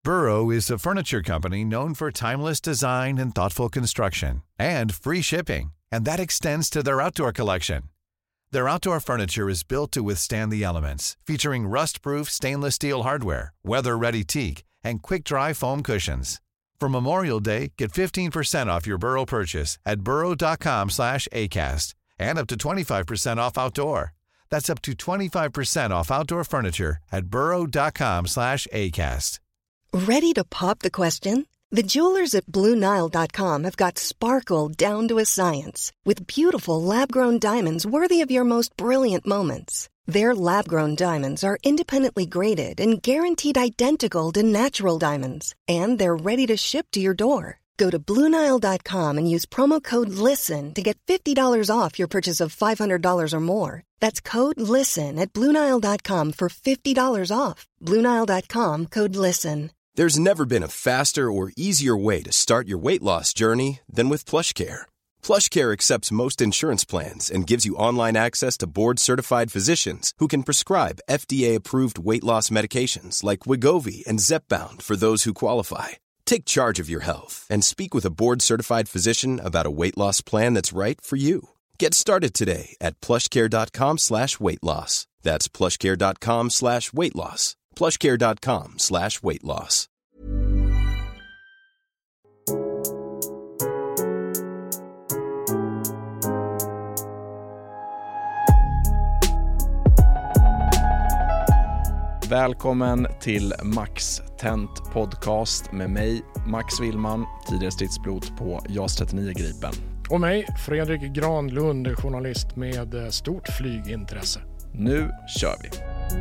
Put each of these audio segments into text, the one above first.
Burrow is a furniture company known for timeless design and thoughtful construction, and free shipping, and that extends to their outdoor collection. Their outdoor furniture is built to withstand the elements, featuring rust-proof stainless steel hardware, weather-ready teak, and quick-dry foam cushions. For Memorial Day, get 15% off your Burrow purchase at burrow.com/acast, and up to 25% off outdoor. That's up to 25% off outdoor furniture at burrow.com/acast. Ready to pop the question? The jewelers at BlueNile.com have got sparkle down to a science with beautiful lab-grown diamonds worthy of your most brilliant moments. Their lab-grown diamonds are independently graded and guaranteed identical to natural diamonds, and they're ready to ship to your door. Go to BlueNile.com and use promo code LISTEN to get $50 off your purchase of $500 or more. That's code LISTEN at BlueNile.com for $50 off. BlueNile.com, code LISTEN. There's never been a faster or easier way to start your weight loss journey than with PlushCare. PlushCare accepts most insurance plans and gives you online access to board-certified physicians who can prescribe FDA-approved weight loss medications like Wegovy and Zepbound for those who qualify. Take charge of your health and speak with a board-certified physician about a weight loss plan that's right for you. Get started today at plushcare.com/weightloss. That's plushcare.com/weightloss. plushcare.com/weightloss. Välkommen till Max Tent Podcast med mig, Max Willman, tidigare stridspilot på JAS 39 Gripen. Och mig, Fredrik Granlund, journalist med stort flygintresse. Nu kör vi!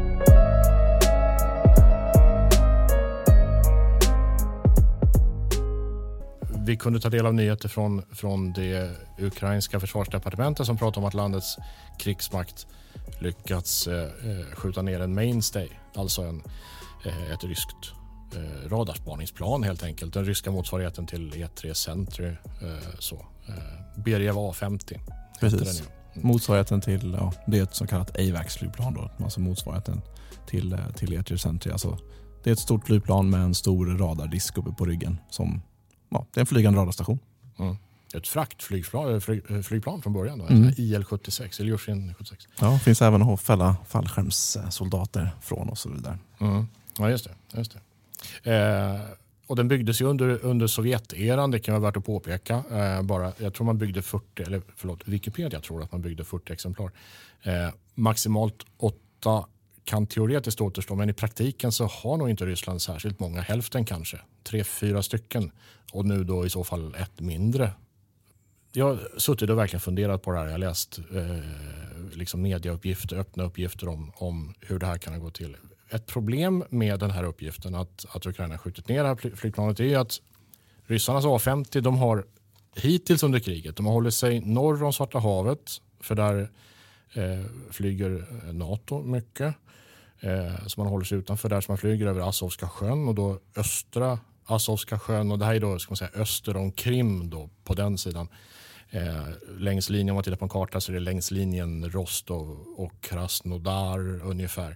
Vi kunde ta del av nyheter från det ukrainska försvarsdepartementet som pratar om att landets krigsmakt lyckats skjuta ner en mainstay, alltså ett ryskt radarspaningsplan helt enkelt. Den ryska motsvarigheten till E3 Sentry, Beriev A50. Precis. Motsvarigheten till det är ett så kallat AVAX-flygplan då, alltså motsvarigheten till E3 Sentry. Alltså, det är ett stort flygplan med en stor radardisk uppe på ryggen som det är en flygande radarstation. Ett fraktflygplan från början då, IL-76, Ilyushin 76. Ja, det finns även att fälla fallskärmssoldater från och så vidare. Ja, just det. Och den byggdes ju under Sovjeteran, det kan vara värt att påpeka. Jag tror man byggde Wikipedia tror att man byggde 40 exemplar. Maximalt 8 kan teoretiskt återstå, men i praktiken så har nog inte Ryssland särskilt många, hälften kanske. 3-4 stycken, och nu då i så fall ett mindre. Jag har suttit och verkligen funderat på det här. Jag har läst mediauppgifter, öppna uppgifter om hur det här kan gå till. Ett problem med den här uppgiften att Ukraina skjutit ner det här flygplanet är att ryssarnas A50, de har hittills under kriget, de har hållit sig norr om Svarta havet, för där flyger NATO mycket. Så man håller sig utanför där, så man flyger över Azovska sjön och då östra Azovska sjön, och det här är då, ska man säga, öster om Krim då, på den sidan. Längs linjen, om man tittar på en karta så är det längs linjen Rostov och Krasnodar ungefär.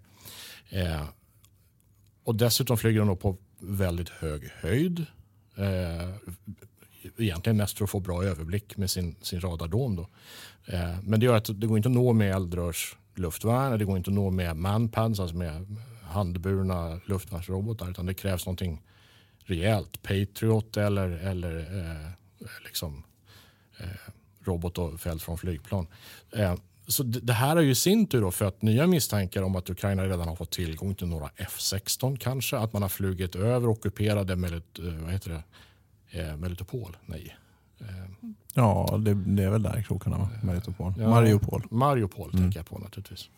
Och dessutom flyger de då på väldigt hög höjd. Egentligen mest för att få bra överblick med sin radardom då. Men det gör att det går inte att nå med eldrörs luftvärn, det går inte att nå med manpads, alltså med handburna luftvärnsrobotar, utan det krävs någonting rejält. Patriot eller robot och fält från flygplan. Så det här är ju sin tur då för att nya misstankar om att Ukraina redan har fått tillgång till några F-16 kanske, att man har flugit över ockuperade Melitopol. Nej. Ja, det är väl där i krokarna, Melitopol. Ja, Mariupol tänker jag på naturligtvis.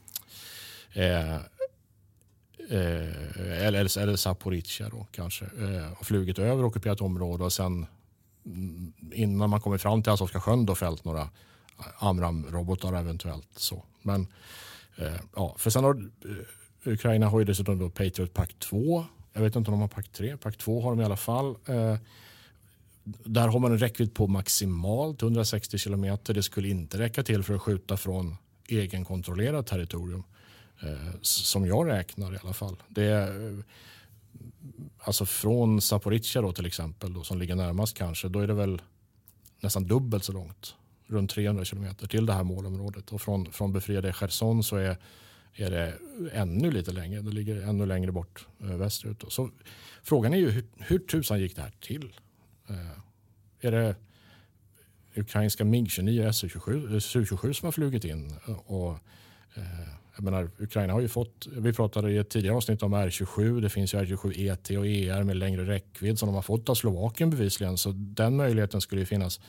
Eller Zaporizjzja då kanske. Och flugit över ockuperat område, och sen innan man kommer fram till Azovska sjön då fällt några Amram-robotar eventuellt så. Men för sen har Ukraina har ju dessutom då Patriot Pack 2. Jag vet inte om de har Pack 3. Pack 2 har de i alla fall. Där har man en räckvidd på maximalt 160 kilometer. Det skulle inte räcka till för att skjuta från egenkontrollerat territorium. Som jag räknar i alla fall. alltså från Zaporizjzja då till exempel, då, som ligger närmast kanske, då är det väl nästan dubbelt så långt, runt 300 kilometer till det här målområdet. Och från befriade Cherson så är det ännu lite längre. Det ligger ännu längre bort västerut. Så frågan är ju hur tusan gick det här till? Är det ukrainska MiG-29 Su-27 som har flugit in? Och jag menar, Ukraina har ju fått, vi pratade i ett tidigare avsnitt om R27, det finns ju R27 ET och ER med längre räckvidd som de har fått av Slovakien bevisligen, så den möjligheten skulle ju finnas.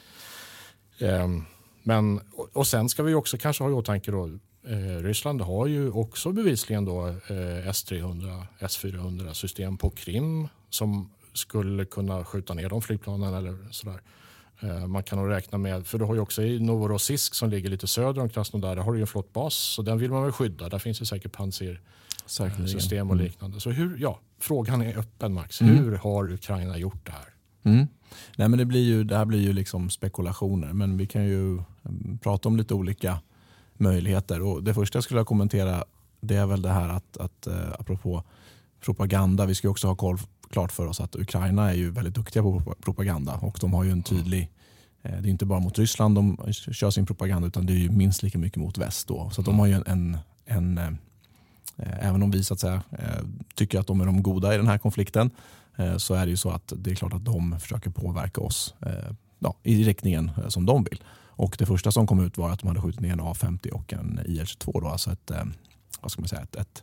Men, och sen ska vi också kanske ha i åtanke då, Ryssland har ju också bevisligen då S-300, S-400 system på Krim som skulle kunna skjuta ner de flygplanen eller sådär. Man kan nog räkna med, för du har ju också i Novorossiysk som ligger lite söder om Krasnodar, där har du ju en flottbas, så den vill man väl skydda. Där finns det säkert pansersystem och liknande. Så frågan är öppen, Max. Hur har Ukraina gjort det här? Nej, men det här blir ju liksom spekulationer, men vi kan ju prata om lite olika möjligheter. Och det första jag skulle kommentera, det är väl det här att apropå propaganda, vi ska också ha klart för oss att Ukraina är ju väldigt duktiga på propaganda, och de har ju en tydlig, det är inte bara mot Ryssland de kör sin propaganda, utan det är ju minst lika mycket mot väst då. Så att de har ju även om vi så att säga tycker att de är de goda i den här konflikten, så är det ju så att det är klart att de försöker påverka oss i riktningen som de vill. Och det första som kom ut var att de hade skjutit ner en A50 och en IL-22 då, alltså ett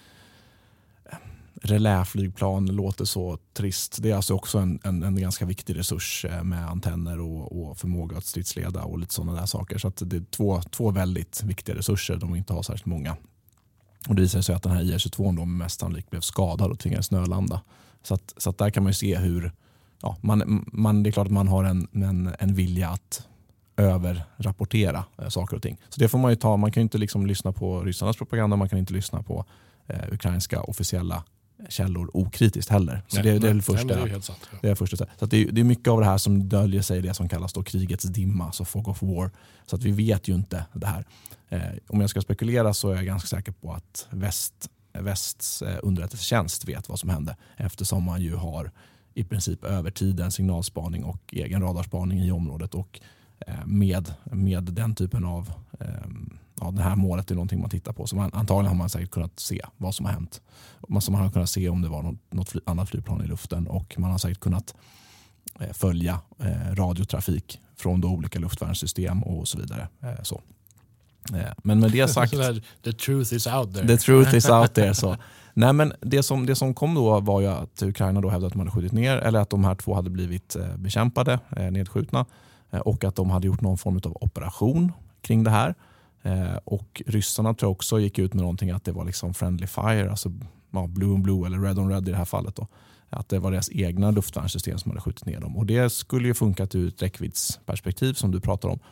reläflygplan. Låter så trist. Det är alltså också en ganska viktig resurs med antenner och förmåga att stridsleda och lite sådana där saker. Så att det är två väldigt viktiga resurser. De inte har särskilt många. Och det visar sig att den här IL-22 då mest sannolikt blev skadad och tvingades snölanda. Så att där kan man ju se hur det är klart att man har en vilja att överrapportera saker och ting. Så det får man ju ta. Man kan ju inte liksom lyssna på ryssarnas propaganda, man kan inte lyssna på ukrainska officiella källor okritiskt heller. Så det är det första. Det är helt sant. Ja. Det är första. Så att det är mycket av det här som döljer sig i det som kallas då krigets dimma, så fog of war. Så att vi vet ju inte det här. Om jag ska spekulera så är jag ganska säker på att västs underrättelsetjänst vet vad som hände, eftersom man ju har i princip över tiden signalspaning och egen radarspaning i området, och med den typen av det här målet är någonting man tittar på. Så antagligen har man säkert kunnat se vad som har hänt. Man har kunnat se om det var något annat flygplan i luften, och man har säkert kunnat följa radiotrafik från de olika luftvärnssystem och så vidare. Så. Men med det sagt... The truth is out there. The truth is out there. Så. Nej, men det som kom då var ju att Ukraina då hävdade att de hade skjutit ner, eller att de här två hade blivit bekämpade, nedskjutna, och att de hade gjort någon form av operation kring det här. Och ryssarna tror jag också gick ut med någonting att det var liksom friendly fire, alltså blue on blue eller red on red i det här fallet då. Att det var deras egna luftvärnssystem som hade skjutit ner dem. Och det skulle ju funkat ur ett räckviddsperspektiv som du pratar om.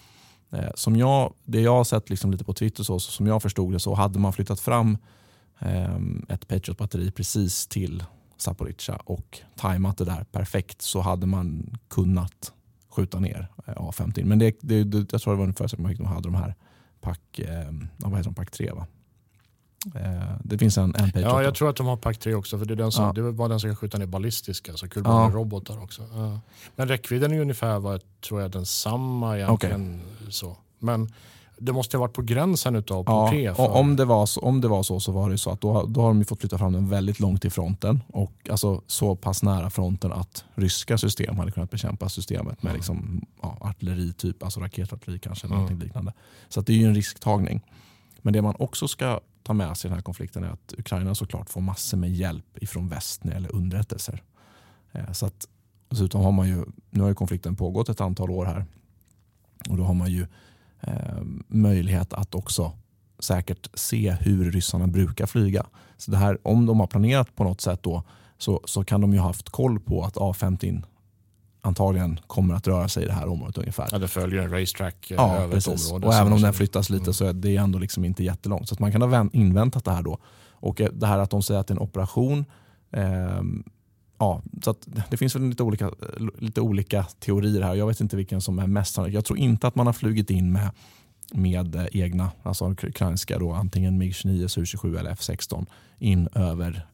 Det jag har sett liksom lite på Twitter, så som jag förstod det, så hade man flyttat fram ett Patriot-batteri precis till Zaporizjzja och tajmat det där perfekt, så hade man kunnat skjuta ner A50. Men jag tror det var ungefär som de hade de här Pack 3, va? Det finns en Patriot. Ja, jag tror att de har Pack 3 också, för det är den som, det var den som kan skjuta ner ballistiska, så kulbanerobotar också. Ja. Men räckvidden är ungefär tror jag densamma egentligen. Okay. Så. Men det måste ha varit på gränsen utav på 3. Om det var så var det så att då har de ju fått flytta fram den väldigt långt till fronten, och alltså så pass nära fronten att ryska system hade kunnat bekämpa systemet med liksom, artilleri typ, alltså raketartilleri kanske eller någonting liknande. Så att det är ju en risktagning. Men det man också ska ta med sig i den här konflikten är att Ukraina såklart får massor med hjälp ifrån väst när det gäller underrättelser. Så att dessutom har man ju, nu har ju konflikten pågått ett antal år här, och då har man ju möjlighet att också säkert se hur ryssarna brukar flyga. Så det här, om de har planerat på något sätt då, så kan de ju ha haft koll på att A50 antagligen kommer att röra sig i det här området ungefär. Ja, det följer en racetrack över ett område. Och även om den flyttas lite så är det ändå liksom inte jättelångt. Så att man kan ha inväntat det här då. Och det här att de säger att det är en operation, så att det finns väl lite olika teorier här. Jag vet inte vilken som är mest sannolikt. Jag tror inte att man har flugit in med med egna, alltså ukrainska då, antingen MiG-29, Su-27 eller F-16 in över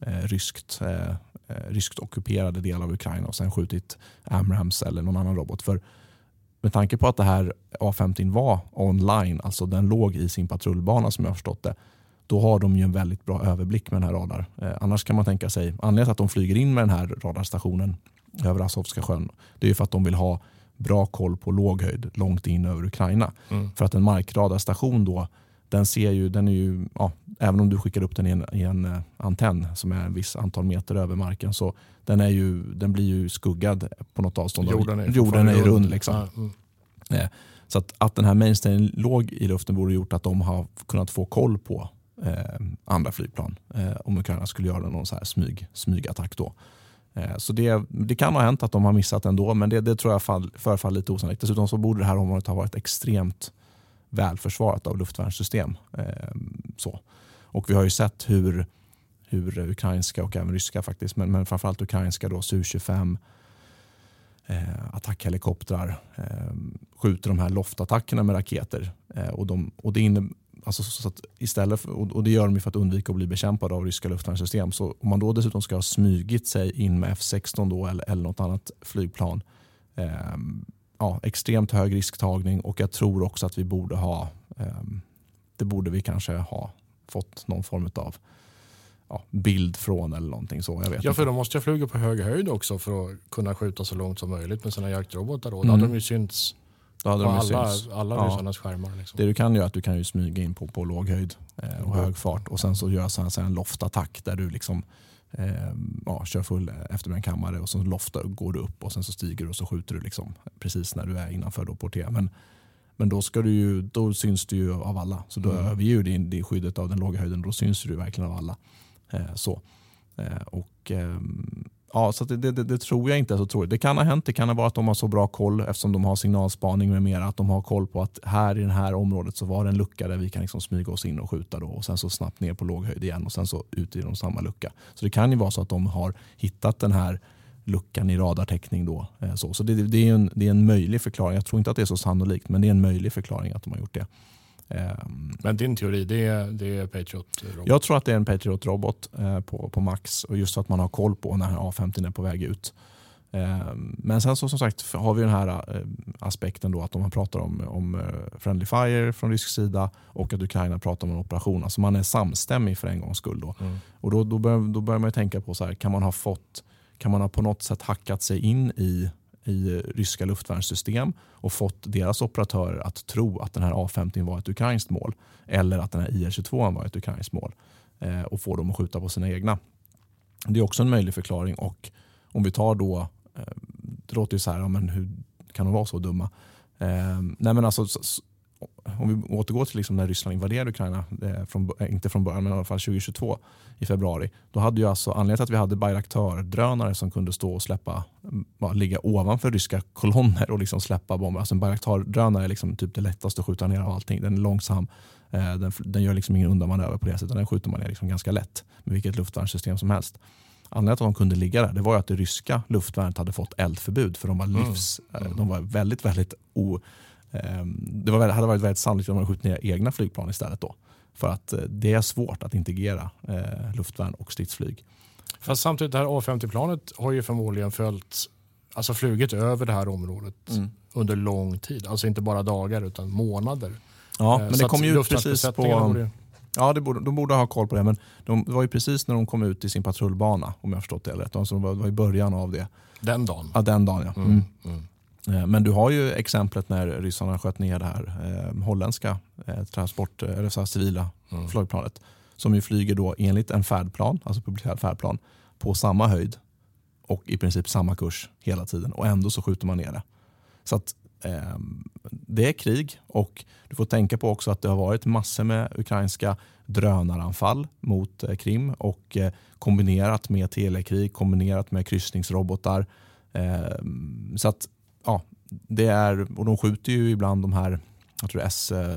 ryskt ockuperade delar av Ukraina och sen skjutit Abrams eller någon annan robot. För med tanke på att det här A-15 var online, alltså den låg i sin patrullbana som jag har förstått det, då har de ju en väldigt bra överblick med den här radar. Annars kan man tänka sig, anledningen till att de flyger in med den här radarstationen över Azovska sjön, det är ju för att de vill ha bra koll på låg höjd långt in över Ukraina. För att en markradarstation då, den är ju, även om du skickar upp den i en antenn som är en viss antal meter över marken, så den blir ju skuggad på något avstånd. Jorden är rund liksom. Så att den här mainstayen låg i luften borde gjort att de har kunnat få koll på andra flygplan om Ukraina skulle göra någon så här smygattack då. Så det kan ha hänt att de har missat ändå, men det tror jag förefaller lite osannolikt. Dessutom så borde det här området ha varit extremt välförsvarat av luftvärnssystem. Och vi har ju sett hur ukrainska och även ryska faktiskt, men framförallt ukrainska då, Su-25 attackhelikoptrar skjuter de här loftattackerna med raketer. Och det gör de för att undvika att bli bekämpade av ryska luftvärnssystem. Så om man då dessutom ska ha smygit sig in med F-16 då, eller något annat flygplan, extremt hög risktagning, och jag tror också att vi borde kanske ha fått någon form av bild från eller någonting så. Jag vet inte. För de måste ju flyga på hög höjd också för att kunna skjuta så långt som möjligt med sina jaktrobotar. Då hade de ju synts på alla ryssarnas skärmar. Liksom. Det du kan göra är att du kan ju smyga in på låg höjd och hög fart, och sen så gör en loftattack där du liksom kör full efterbränd kammare och så går du upp och sen så stiger du och så skjuter du liksom precis när du är innanför då porté. Men då syns du ju av alla. Så då överger ju det skyddet av den låga höjden, då syns du verkligen av alla. Så det tror jag inte är så troligt. Det kan ha hänt, det kan ha varit att de har så bra koll eftersom de har signalspaning med mera, att de har koll på att här i det här området så var det en lucka där vi kan liksom smyga oss in och skjuta då, och sen så snabbt ner på låg höjd igen och sen så ut i samma lucka. Så det kan ju vara så att de har hittat den här luckan i radartäckning då. Så det är en möjlig förklaring. Jag tror inte att det är så sannolikt, men det är en möjlig förklaring att de har gjort det. Men din teori, det är Patriot-robot? Jag tror att det är en Patriot-robot på Max, och just så att man har koll på när A-15 är på väg ut. Men sen så som sagt har vi den här aspekten då att de pratar om friendly fire från rysk sida och att Ukraina pratar om en operation. Alltså man är samstämmig för en gångs skull då. Och då börjar man ju tänka på så här, kan man ha på något sätt hackat sig in i ryska luftvärnssystem och fått deras operatörer att tro att den här A-15 var ett ukrainskt mål, eller att den här IR-22 var ett ukrainskt mål, och få dem att skjuta på sina egna. Det är också en möjlig förklaring. Och om vi tar då, det låter ju så här, men hur kan de vara så dumma? Nej men alltså, om vi återgår till liksom när Ryssland invaderade Ukraina, inte från början men i alla fall 2022 i februari, då hade ju alltså anledningen till att vi hade Bayraktar-drönare som kunde stå och ligga ovanför ryska kolonner och liksom släppa bomber. Alltså en Bayraktar-drönare är liksom typ det lättaste att skjuta ner av allting. Den är långsam, den gör liksom ingen undanmanöver på det sättet, den skjuter man ner liksom ganska lätt med vilket luftvärnssystem som helst. Anledningen till att de kunde ligga där, det var ju att det ryska luftvärnet hade fått eldförbud, för de var de var väldigt, väldigt hade varit väldigt sannolikt om man skjutit ner egna flygplan istället då. För att det är svårt att integrera luftvärn och stridsflyg. Fast samtidigt, det här A-50-planet har ju förmodligen flugit över det här området under lång tid. Alltså inte bara dagar utan månader. Ja, men det kom ju ut precis på... Ja, de borde ha koll på det, men det var ju precis när de kom ut i sin patrullbana, om jag har förstått det rätt. Alltså de var i början av det. Den dagen? Ja, den dagen, ja. Men du har ju exemplet när ryssarna sköt ner det här holländska civila flygplanet, som ju flyger då enligt en färdplan, alltså publicerad färdplan, på samma höjd och i princip samma kurs hela tiden, och ändå så skjuter man ner det. Så att det är krig, och du får tänka på också att det har varit massor med ukrainska drönaranfall mot Krim, och kombinerat med telekrig, kombinerat med kryssningsrobotar. Så att ja, det är, och de skjuter ju ibland de här, jag tror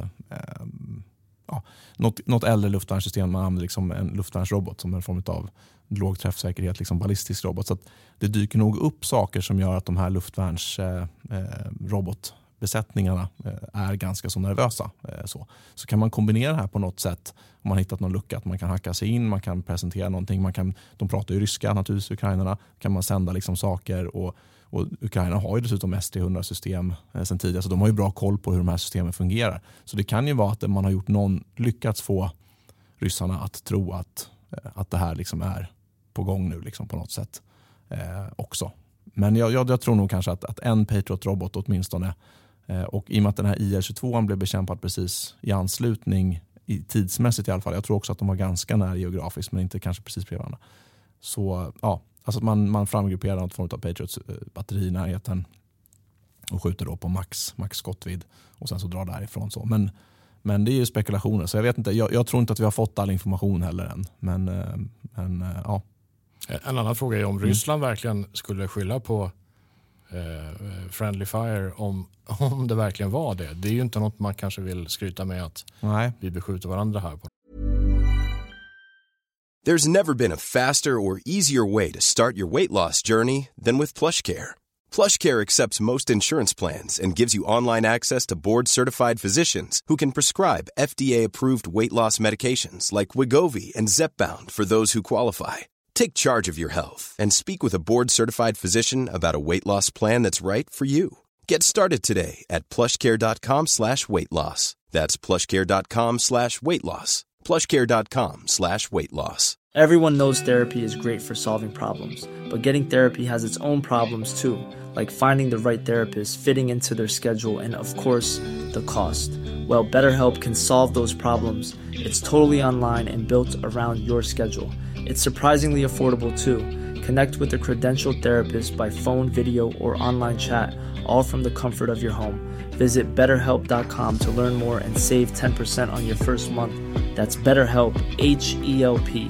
något äldre luftvärnssystem, man använder liksom en luftvärnsrobot som en form av låg träffsäkerhet, liksom ballistisk robot. Så att det dyker nog upp saker som gör att de här luftvärnsrobot besättningarna är ganska så nervösa. Så kan man kombinera det här på något sätt, om man hittat någon lucka, att man kan hacka sig in, man kan presentera någonting, de pratar ju ryska naturligtvis, ukrainarna, kan man sända liksom saker och Ukraina har ju dessutom S-300-system sedan tidigare, så de har ju bra koll på hur de här systemen fungerar. Så det kan ju vara att man har gjort lyckats få ryssarna att tro att det här liksom är på gång nu liksom på något sätt också. Men jag tror nog kanske att en Patriot-robot åtminstone, och i och med att den här IR-22 blev bekämpad precis i anslutning, tidsmässigt i alla fall, jag tror också att de var ganska nära geografiskt men inte kanske precis bredvid varandra. Så ja, alltså att man framgrupperar något form av Patriots batteri i närheten och skjuter då på max skottvidd och sen så drar därifrån så. Men det är ju spekulationer, så jag vet inte, jag tror inte att vi har fått all information heller än. Men ja. En annan fråga är om Ryssland verkligen skulle skylla på friendly fire om det verkligen var det. Det är ju inte något man kanske vill skryta med att vi beskjuter varandra här på. There's never been a faster or easier way to start your weight loss journey than with PlushCare. PlushCare accepts most insurance plans and gives you online access to board-certified physicians who can prescribe FDA-approved weight loss medications like Wegovy and Zepbound for those who qualify. Take charge of your health and speak with a board-certified physician about a weight loss plan that's right for you. Get started today at plushcare.com/weightloss. That's plushcare.com/weightloss. plushcare.com/weightloss. Everyone knows therapy is great for solving problems, but getting therapy has its own problems too, like finding the right therapist, fitting into their schedule, and of course, the cost. Well, BetterHelp can solve those problems. It's totally online and built around your schedule. It's surprisingly affordable too. Connect with a credentialed therapist by phone, video, or online chat, all from the comfort of your home. Visit BetterHelp.com to learn more and save 10% on your first month. That's BetterHelp, H-E-L-P.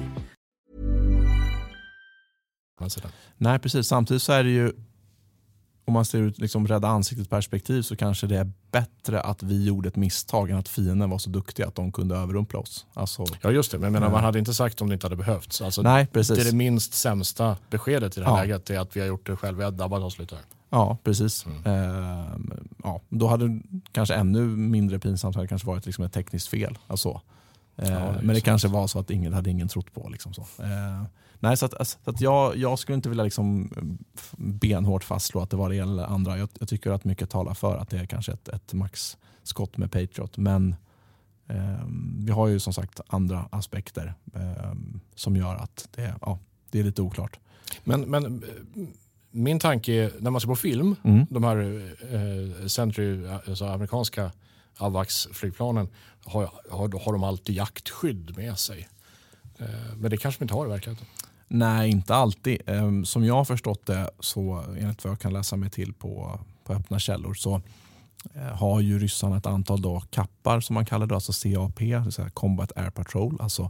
Nej, precis. Samtidigt så är det ju, om man ser ut liksom rädda ansiktet perspektiv, så kanske det är bättre att vi gjorde ett misstag än att fienden var så duktiga att de kunde överrumpla oss. Alltså, ja, just det. Men jag menar, man hade inte sagt om det inte hade behövts. Alltså, nej, precis. Det är det minst sämsta beskedet i det här läget, är att vi har gjort det själva. Vi har dabbat oss lite här. Ja, precis. Då hade kanske ännu mindre pinsamt hade kanske varit liksom ett tekniskt fel. Alltså. Men det kanske var så att ingen trott på. Liksom så. Nej, så att jag skulle inte vilja liksom benhårt fastslå att det var det ena eller andra. Jag tycker att mycket talar för att det är kanske ett maxskott med Patriot. Men vi har ju som sagt andra aspekter som gör att det är lite oklart. Men min tanke är, när man ser på film, de här Sentry, alltså amerikanska AWACS-flygplanen, har de alltid jaktskydd med sig. Men det kanske de inte har i verkligheten. Nej, inte alltid. Som jag har förstått det, så enligt vad jag kan läsa mig till på öppna källor, så har ju ryssarna ett antal då kappar som man kallar det, alltså CAP, det vill säga Combat Air Patrol, alltså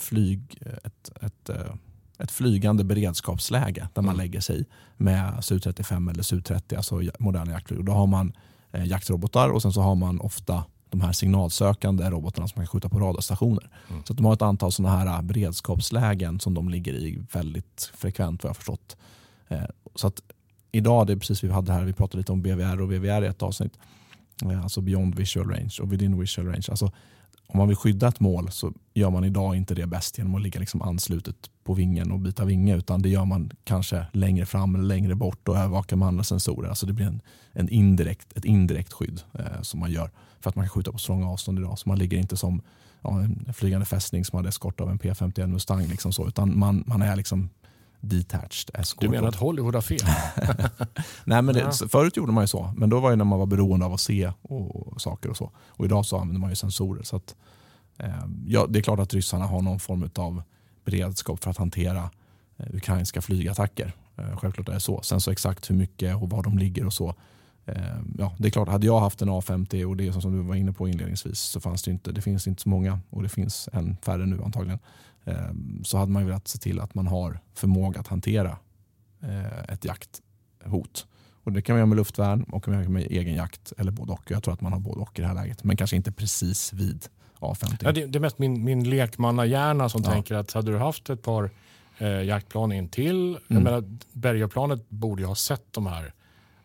ett flygande beredskapsläge där man lägger sig med Su-35 eller Su-30, alltså moderna jaktflyg. Då har man jaktrobotar och sen så har man ofta de här signalsökande robotarna som man kan skjuta på radarstationer. Så att de har ett antal sådana här beredskapslägen som de ligger i väldigt frekvent, vad jag har förstått. Så att idag, det är precis vi hade här, vi pratade lite om BVR och VVR i ett avsnitt. Alltså Beyond Visual Range och Within Visual Range. Alltså om man vill skydda ett mål så gör man idag inte det bäst genom att ligga liksom anslutet på vingen och byta vinge, utan det gör man kanske längre fram eller längre bort och övervakar med andra sensorer. Alltså det blir ett indirekt skydd som man gör för att man kan skjuta på strånga avstånd idag. Så man ligger inte som en flygande fästning som hade eskort av en P-51 Mustang liksom så, utan man är liksom detached escort. Du menar att Hollywood har fel? Nej, men förut gjorde man ju så, men då var ju när man var beroende av att se och saker och så. Och idag så använder man ju sensorer, så att det är klart att ryssarna har någon form av beredskap för att hantera ukrainska flygattacker. Självklart är det så. Sen så exakt hur mycket och var de ligger och så. Det är klart, hade jag haft en A50 och det som du var inne på inledningsvis, så fanns det finns inte så många, och det finns en färre nu antagligen, så hade man ju velat se till att man har förmåga att hantera ett jakthot. Och det kan man göra med luftvärn och med egen jakt eller både och. Jag tror att man har både och i det här läget, men kanske inte precis vid A50. Ja, det är mest min lekmannahjärna som tänker att hade du haft ett par jaktplan in till, jag menar, Bergaplanet borde ju ha sett de här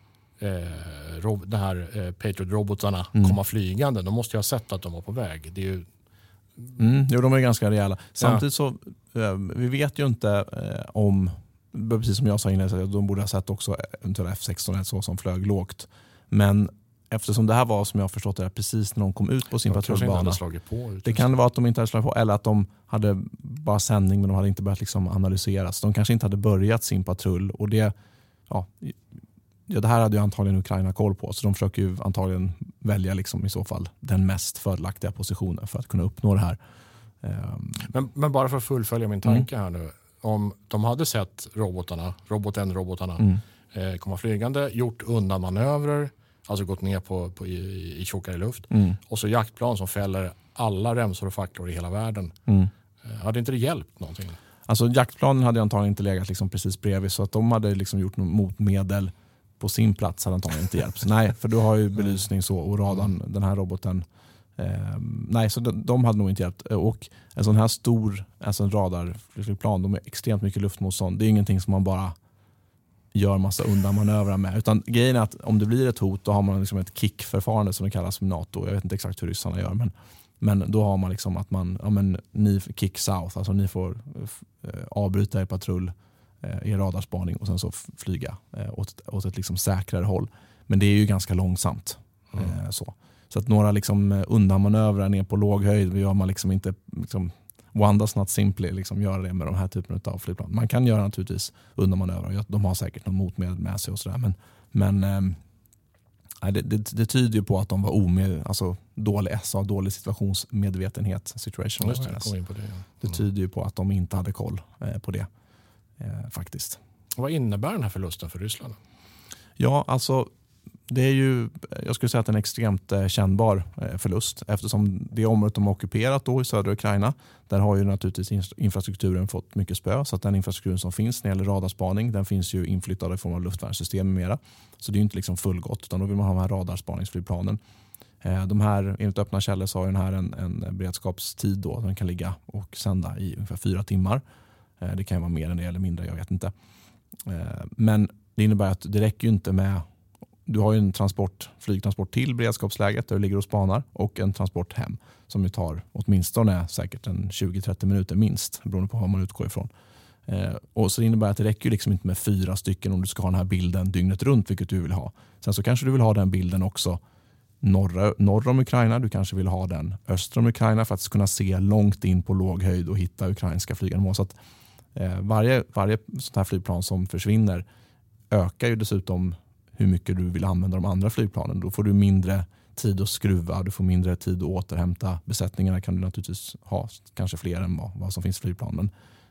de här Patriot-robotarna komma flygande. De måste ju ha sett att de var på väg. Det är ju... Jo, de är ganska rejäla. Samtidigt så, vi vet ju inte om, precis som jag sa innan, de borde ha sett också F-16 så som flög lågt. Men eftersom det här var, som jag har förstått det, precis när de kom ut på sin patrullbana. Det kan vara att de inte hade slagit på, eller att de hade bara sändning men de hade inte börjat liksom analyseras. De kanske inte hade börjat sin patrull, och det här hade ju antagligen Ukraina koll på, så de försöker ju antagligen välja liksom i så fall den mest fördelaktiga positionen för att kunna uppnå det här. Men bara för att fullfölja min tanke här nu, om de hade sett robotarna komma flygande, gjort undan manövrer, alltså gått ner i tjockare luft, och så jaktplan som fäller alla remsor och facklor i hela världen. Hade inte det hjälpt någonting? Alltså jaktplanen hade antagligen inte legat liksom precis bredvid, så att de hade liksom gjort något motmedel på sin plats hade antagligen inte hjälpt. Nej, för du har ju belysning så, och radarn, den här roboten, nej, så de hade nog inte hjälpt. Och en sån här stor, alltså en radarflygplan, de är extremt mycket luftmotstånd. Det är ingenting som man bara gör massa undanmanövrar med, utan grejen är att om det blir ett hot, då har man liksom ett kickförfarande som det kallas för NATO. Jag vet inte exakt hur ryssarna gör, men då har man liksom att ni kick south, alltså ni får avbryta er patrull i radarspaning och sen så flyga åt ett liksom säkrare håll. Men det är ju ganska långsamt. Så att några liksom undanmanövrar ner på låg höjd gör man liksom inte liksom, one does not simply liksom göra det med de här typen av flygplan. Man kan göra naturligtvis undanmanövrar. De har säkert någon motmedel med sig och sådär. Men det tyder ju på att de var dålig situationsmedvetenhet. Det tyder ju på att de inte hade koll på det faktiskt. Vad innebär den här förlusten för Ryssland? Ja, alltså det är ju, jag skulle säga att en extremt kännbar förlust, eftersom det området de har ockuperat då i södra Ukraina, där har ju naturligtvis infrastrukturen fått mycket spö, så att den infrastrukturen som finns när det gäller radarspaning, den finns ju inflyttad i form av luftvärnssystem med mera. Så det är ju inte liksom fullgott, utan då vill man ha de här radarspaningsflygplanen. De här, enligt öppna källor så har den här en beredskapstid då, den kan ligga och sända i ungefär 4 timmar. Det kan ju vara mer än det eller mindre, jag vet inte. Men det innebär att det räcker ju inte med, du har ju en flygtransport till beredskapsläget där du ligger och spanar, och en transport hem som ju tar åtminstone säkert en 20-30 minuter minst, beroende på vad man utgår ifrån. Och så det innebär att det räcker ju liksom inte med 4 stycken om du ska ha den här bilden dygnet runt, vilket du vill ha. Sen så kanske du vill ha den bilden också norr om Ukraina, du kanske vill ha den öster om Ukraina för att kunna se långt in på låg höjd och hitta ukrainska flygande mål. Så att varje sånt här flygplan som försvinner ökar ju dessutom hur mycket du vill använda de andra flygplanen. Då får du mindre tid att skruva, du får mindre tid att återhämta. Besättningarna kan du naturligtvis ha kanske fler än vad som finns flygplan.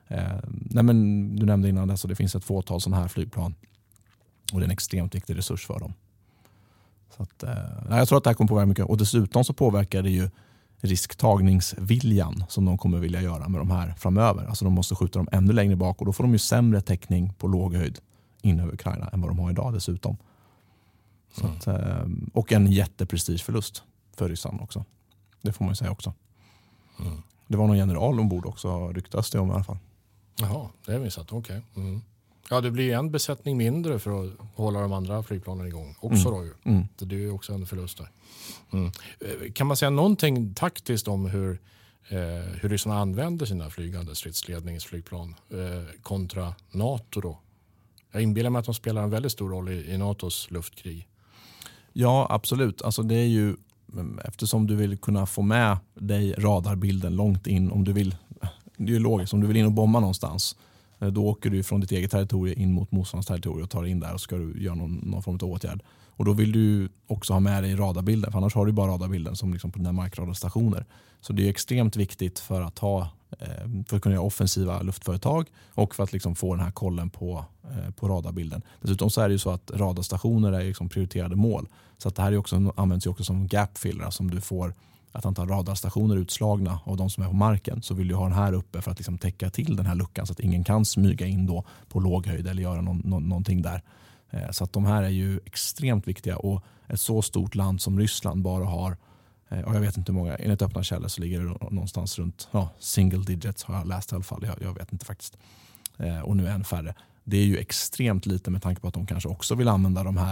Men du nämnde innan det, så det finns ett fåtal sådana här flygplan, och det är en extremt viktig resurs för dem. Så att, jag tror att det här kommer påverka mycket, och dessutom så påverkar det ju risktagningsviljan som de kommer vilja göra med de här framöver. Alltså de måste skjuta dem ännu längre bak, och då får de ju sämre täckning på låg höjd in över Ukraina än vad de har idag dessutom. Så att, och en jätteprestigeförlust för Ryssland också. Det får man ju säga också. Det var någon general ombord också, ryktas det om i alla fall. Jaha, det är visat, okej. Ja, det blir en besättning mindre för att hålla de andra flygplanen igång också då ju. Det är ju också en förlust där. Kan man säga någonting taktiskt om hur Ryssland använder sina flygande stridsledningsflygplan kontra NATO då? Jag inbillar mig att de spelar en väldigt stor roll i NATOs luftkrig. Ja, absolut. Alltså det är ju, eftersom du vill kunna få med dig radarbilden långt in, om du vill, det är ju logiskt, om du vill in och bomba någonstans, då åker du från ditt eget territorium in mot motståndarens territorium och tar in där och ska du göra någon form av åtgärd. Och då vill du också ha med dig radarbilden, för annars har du bara radarbilden som liksom på dina markradarstationer. Så det är extremt viktigt för att kunna göra offensiva luftföretag och för att liksom få den här kollen på radarbilden. Dessutom så är det ju så att radarstationer är liksom prioriterade mål. Så att det här används ju också som gapfiller, som du får ett antal radarstationer utslagna av de som är på marken, så vill du ha den här uppe för att liksom täcka till den här luckan så att ingen kan smyga in då på låg höjd eller göra någonting där. Så att de här är ju extremt viktiga, och ett så stort land som Ryssland bara har, och jag vet inte hur många, enligt öppna källor så ligger det någonstans runt single digits har jag läst i alla fall, jag vet inte faktiskt. Och nu än färre. Det är ju extremt lite med tanke på att de kanske också vill använda de här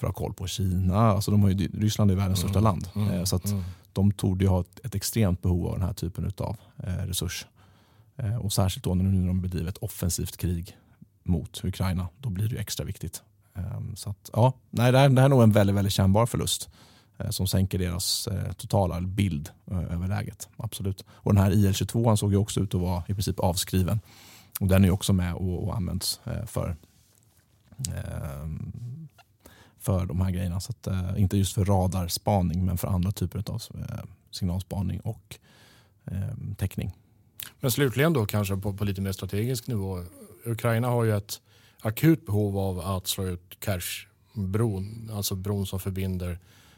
för att ha koll på Kina. Alltså Ryssland är världens största land. Så att de torde ha ett extremt behov av den här typen av resurs. Och särskilt då när de bedriver ett offensivt krig mot Ukraina. Då blir det ju extra viktigt. Så att, ja, nej, det här är nog en väldigt, väldigt kännbar förlust som sänker deras totala bild över läget. Absolut. Och den här IL-22 såg ju också ut att vara i princip avskriven. Och den är ju också med och används för de här grejerna. Så att, inte just för radarspaning men för andra typer av signalspaning och täckning. Men slutligen då kanske på lite mer strategisk nivå. Ukraina har ju ett akut behov av att slå ut Kerch-bron, alltså bron som förbinder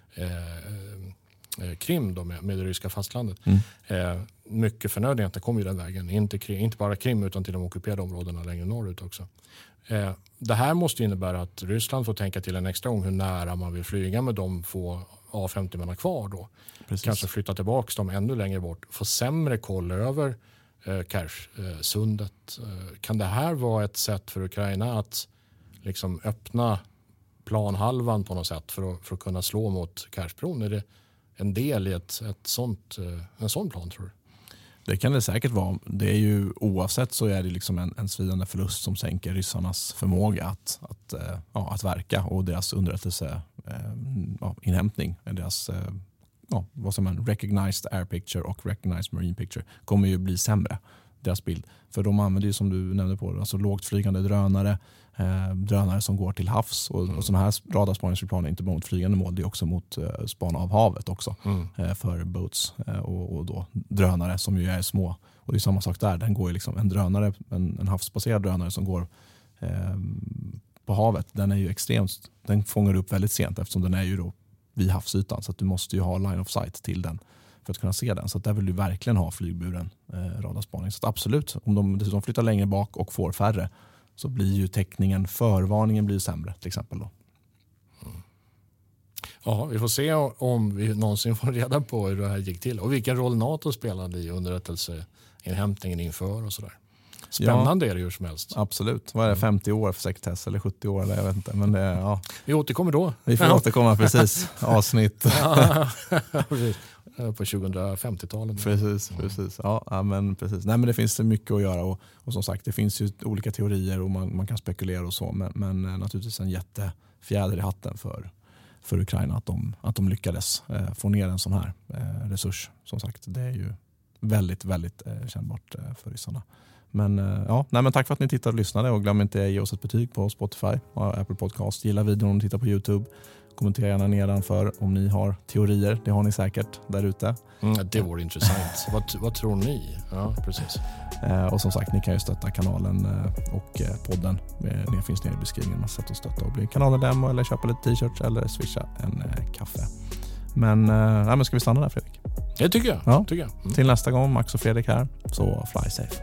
Krim då med det ryska fastlandet. Mycket förnödenheter kommer ju den vägen. Inte bara Krim utan till de ockuperade områdena längre norrut också. Det här måste innebära att Ryssland får tänka till en extra gång hur nära man vill flyga med de få A50-männa kvar då. Precis. Kanske flytta tillbaka dem ännu längre bort. Få sämre koll över Kerch-sundet. Kan det här vara ett sätt för Ukraina att liksom öppna planhalvan på något sätt för att kunna slå mot Kerch-bron? Är det en del i en sån plan, tror du? Det kan det säkert vara. Det är ju, oavsett så är det liksom en svidande förlust som sänker ryssarnas förmåga att verka, och deras underrättelseinhämtning, deras vad som man recognized air picture och recognized marine picture kommer ju bli sämre, deras bild. För de använder ju, som du nämnde på, alltså lågt flygande drönare som går till havs, och sådana här radarspaningsflygplan är inte bara mot flygande mål, det är också mot span av havet också för boats och då drönare som ju är små, och det är samma sak där. Den går ju liksom en havsbaserad drönare som går på havet, den är ju den fångar upp väldigt sent eftersom den är ju då vid havsytan, så att du måste ju ha line of sight till den för att kunna se den. Så att där vill du verkligen ha flygburen radarspaning. Så att absolut, om de dessutom flyttar längre bak och får färre, så blir ju täckningen, förvarningen blir sämre till exempel då. Ja, vi får se om vi någonsin får reda på hur det här gick till och vilken roll NATO spelade i underrättelseinhämtningen inför och sådär. Spännande är det ju som helst. Absolut. Vad är det, 50 år för sekretess eller 70 år? Eller jag vet inte. Men det, ja. Vi återkommer då. Vi får återkomma, precis. Avsnitt. Precis. På 2050-talet. Precis. Ja, men precis. Nej, men det finns mycket att göra och som sagt, det finns ju olika teorier och man kan spekulera och så, men naturligtvis en jättefjäder i hatten för Ukraina att de lyckades få ner en sån här resurs. Som sagt, det är ju väldigt, väldigt kännbart för ryssarna. Men men tack för att ni tittade och lyssnade, och glöm inte att ge oss ett betyg på Spotify och Apple Podcast. Gilla videon om ni tittar på YouTube. Kommentera gärna nedanför om ni har teorier. Det har ni säkert där ute. Det vore intressant. Vad tror ni? Ja, precis. Och som sagt, ni kan ju stötta kanalen och podden. Det finns nere i beskrivningen. Man sätt att stötta och bli kanalmedlem eller köpa lite t-shirts eller swisha en kaffe. Men ska vi stanna där, Fredrik? Det tycker jag. Ja. Till nästa gång, Max och Fredrik här. Så fly safe.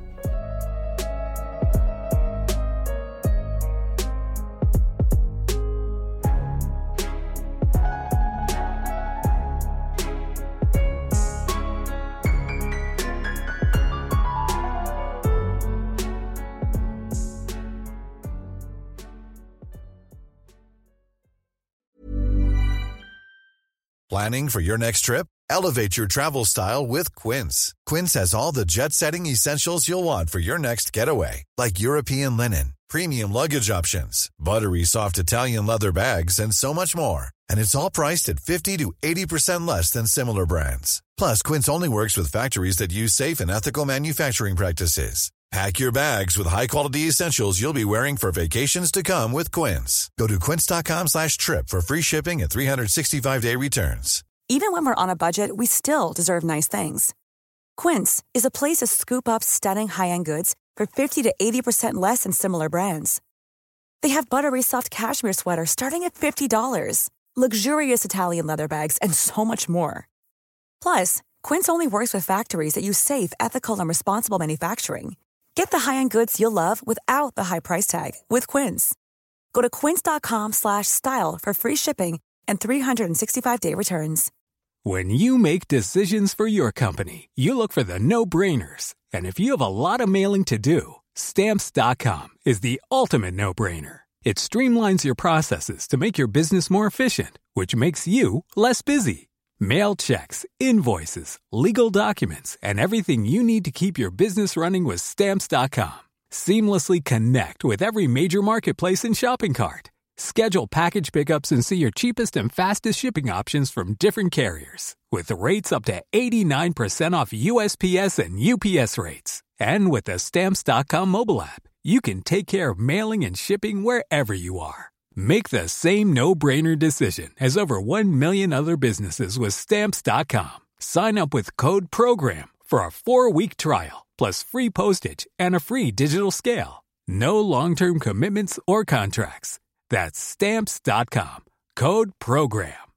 Planning for your next trip? Elevate your travel style with Quince. Quince has all the jet-setting essentials you'll want for your next getaway, like European linen, premium luggage options, buttery soft Italian leather bags, and so much more. And it's all priced at 50 to 80% less than similar brands. Plus, Quince only works with factories that use safe and ethical manufacturing practices. Pack your bags with high-quality essentials you'll be wearing for vacations to come with Quince. Go to quince.com/trip for free shipping and 365-day returns. Even when we're on a budget, we still deserve nice things. Quince is a place to scoop up stunning high-end goods for 50 to 80% less than similar brands. They have buttery soft cashmere sweaters starting at $50, luxurious Italian leather bags, and so much more. Plus, Quince only works with factories that use safe, ethical, and responsible manufacturing. Get the high-end goods you'll love without the high price tag with Quince. Go to quince.com/style for free shipping and 365-day returns. When you make decisions for your company, you look for the no-brainers. And if you have a lot of mailing to do, Stamps.com is the ultimate no-brainer. It streamlines your processes to make your business more efficient, which makes you less busy. Mail checks, invoices, legal documents, and everything you need to keep your business running with Stamps.com. Seamlessly connect with every major marketplace and shopping cart. Schedule package pickups and see your cheapest and fastest shipping options from different carriers, with rates up to 89% off USPS and UPS rates. And with the Stamps.com mobile app, you can take care of mailing and shipping wherever you are. Make the same no-brainer decision as over 1 million other businesses with Stamps.com. Sign up with code PROGRAM for a 4-week trial, plus free postage and a free digital scale. No long-term commitments or contracts. That's Stamps.com. Code PROGRAM.